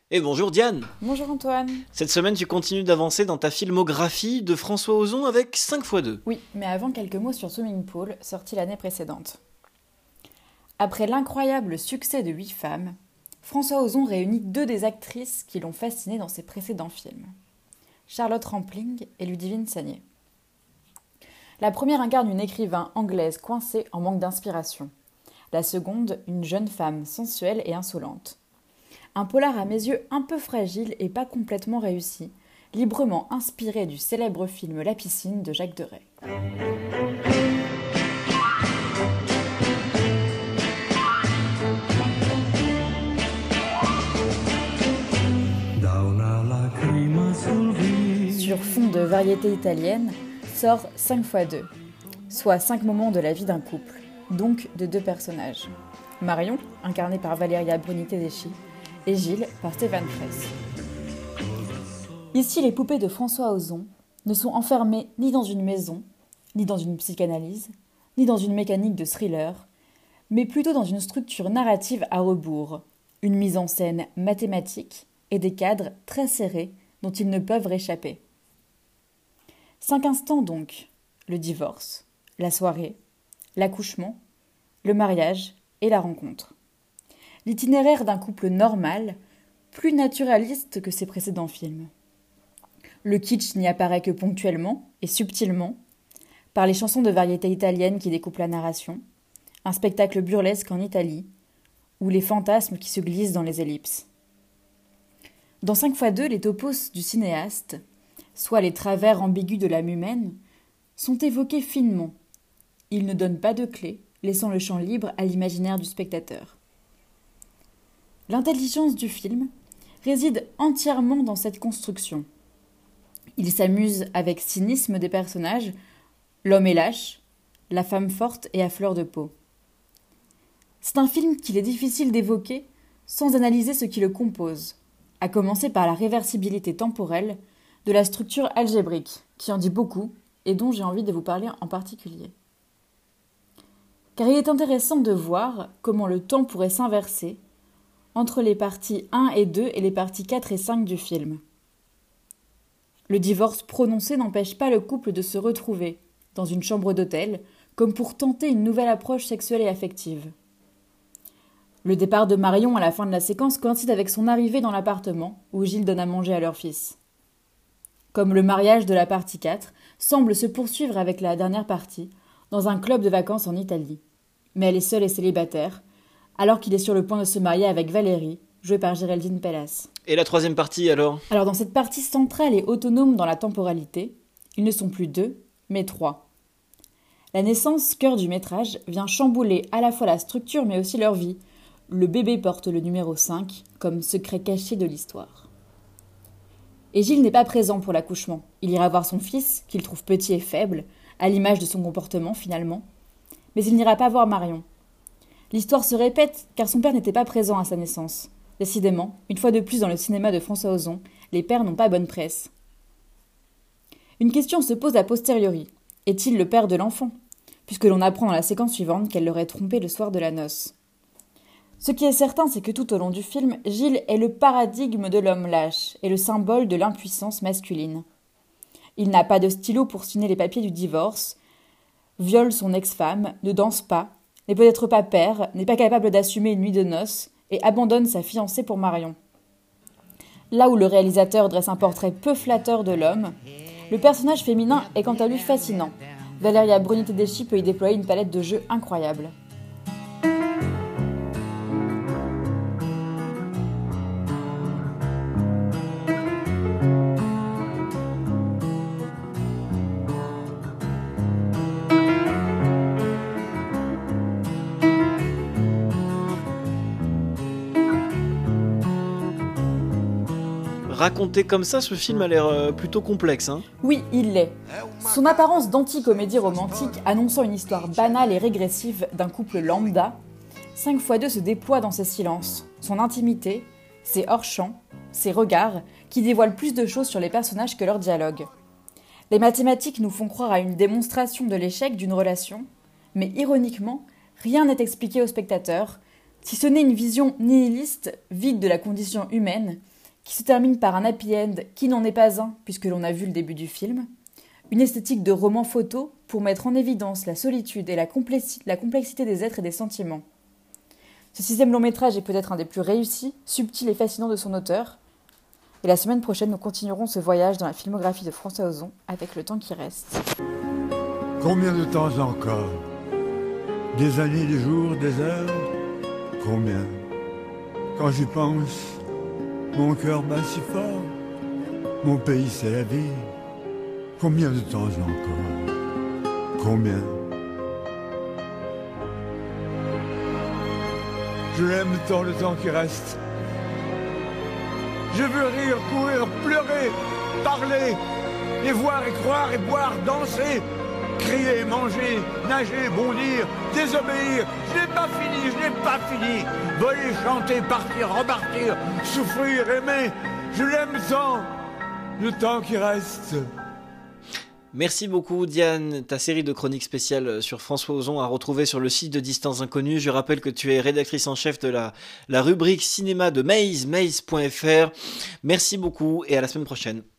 Et bonjour Diane. Bonjour Antoine. Cette semaine, tu continues d'avancer dans ta filmographie de François Ozon avec 5x2. Oui, mais avant quelques mots sur Swimming Pool, sorti l'année précédente. Après l'incroyable succès de 8 femmes, François Ozon réunit 2 des actrices qui l'ont fasciné dans ses précédents films. Charlotte Rampling et Ludivine Sagnier. La première incarne une écrivain anglaise coincée en manque d'inspiration. La seconde, une jeune femme sensuelle et insolente. Un polar à mes yeux un peu fragile et pas complètement réussi, librement inspiré du célèbre film La piscine de Jacques Deray. Sur fond de variété italienne, sort 5x2, soit 5 moments de la vie d'un couple, donc de 2 personnages. Marion, incarnée par Valeria Bruni Tedeschi, et Gilles par Stéphane Fraisse. Ici, les poupées de François Ozon ne sont enfermées ni dans une maison, ni dans une psychanalyse, ni dans une mécanique de thriller, mais plutôt dans une structure narrative à rebours, une mise en scène mathématique et des cadres très serrés dont ils ne peuvent réchapper. 5 instants donc, le divorce, la soirée, l'accouchement, le mariage et la rencontre. L'itinéraire d'un couple normal, plus naturaliste que ses précédents films. Le kitsch n'y apparaît que ponctuellement et subtilement, par les chansons de variété italienne qui découpent la narration, un spectacle burlesque en Italie, ou les fantasmes qui se glissent dans les ellipses. Dans 5x2, les topos du cinéaste, soit les travers ambigus de l'âme humaine, sont évoqués finement. Ils ne donnent pas de clé, laissant le champ libre à l'imaginaire du spectateur. L'intelligence du film réside entièrement dans cette construction. Il s'amuse avec cynisme des personnages, l'homme est lâche, la femme forte et à fleur de peau. C'est un film qu'il est difficile d'évoquer sans analyser ce qui le compose, à commencer par la réversibilité temporelle de la structure algébrique, qui en dit beaucoup et dont j'ai envie de vous parler en particulier. Car il est intéressant de voir comment le temps pourrait s'inverser entre les parties 1 et 2 et les parties 4 et 5 du film. Le divorce prononcé n'empêche pas le couple de se retrouver dans une chambre d'hôtel comme pour tenter une nouvelle approche sexuelle et affective. Le départ de Marion à la fin de la séquence coïncide avec son arrivée dans l'appartement où Gilles donne à manger à leur fils. Comme le mariage de la partie 4 semble se poursuivre avec la dernière partie dans un club de vacances en Italie. Mais elle est seule et célibataire, alors qu'il est sur le point de se marier avec Valérie, jouée par Géraldine Pellas. Et la troisième partie alors ? Alors dans cette partie centrale et autonome dans la temporalité, ils ne sont plus 2, mais 3. La naissance, cœur du métrage, vient chambouler à la fois la structure mais aussi leur vie. Le bébé porte le numéro 5 comme secret caché de l'histoire. Et Gilles n'est pas présent pour l'accouchement. Il ira voir son fils, qu'il trouve petit et faible, à l'image de son comportement finalement, mais il n'ira pas voir Marion. L'histoire se répète car son père n'était pas présent à sa naissance. Décidément, une fois de plus dans le cinéma de François Ozon, les pères n'ont pas bonne presse. Une question se pose a posteriori. Est-il le père de l'enfant ? Puisque l'on apprend dans la séquence suivante qu'elle l'aurait trompé le soir de la noce. Ce qui est certain, c'est que tout au long du film, Gilles est le paradigme de l'homme lâche et le symbole de l'impuissance masculine. Il n'a pas de stylo pour signer les papiers du divorce, viole son ex-femme, ne danse pas, n'est peut-être pas père, n'est pas capable d'assumer une nuit de noces et abandonne sa fiancée pour Marion. Là où le réalisateur dresse un portrait peu flatteur de l'homme, le personnage féminin est quant à lui fascinant. Valeria Bruni Tedeschi peut y déployer une palette de jeux incroyable. Raconté comme ça, ce film a l'air plutôt complexe, hein ? Oui, il l'est. Son apparence d'anti-comédie romantique annonçant une histoire banale et régressive d'un couple lambda, 5x2 se déploie dans ses silences, son intimité, ses hors-champs, ses regards, qui dévoilent plus de choses sur les personnages que leurs dialogues. Les mathématiques nous font croire à une démonstration de l'échec d'une relation, mais ironiquement, rien n'est expliqué au spectateur, si ce n'est une vision nihiliste, vide de la condition humaine, qui se termine par un happy end qui n'en est pas un, puisque l'on a vu le début du film, une esthétique de roman photo pour mettre en évidence la solitude et la complexité des êtres et des sentiments. Ce 6e long métrage est peut-être un des plus réussis, subtils et fascinants de son auteur. Et la semaine prochaine, nous continuerons ce voyage dans la filmographie de François Ozon avec Le temps qui reste. Combien de temps encore? Des années, des jours, des heures? Combien? Quand j'y pense, mon cœur bat si fort. Mon pays, c'est la vie. Combien de temps encore? Combien? Je l'aime tant le temps qui reste. Je veux rire, courir, pleurer, parler, et voir et croire et boire, danser, crier, manger, nager, bondir, désobéir. Je n'ai pas fini. Voler, chanter, partir, repartir, souffrir, aimer. Je l'aime tant, le temps qui reste. Merci beaucoup Diane, ta série de chroniques spéciales sur François Ozon à retrouver sur le site de Distance Inconnue. Je rappelle que tu es rédactrice en chef de la rubrique cinéma de Maze, maze.fr. Merci beaucoup et à la semaine prochaine.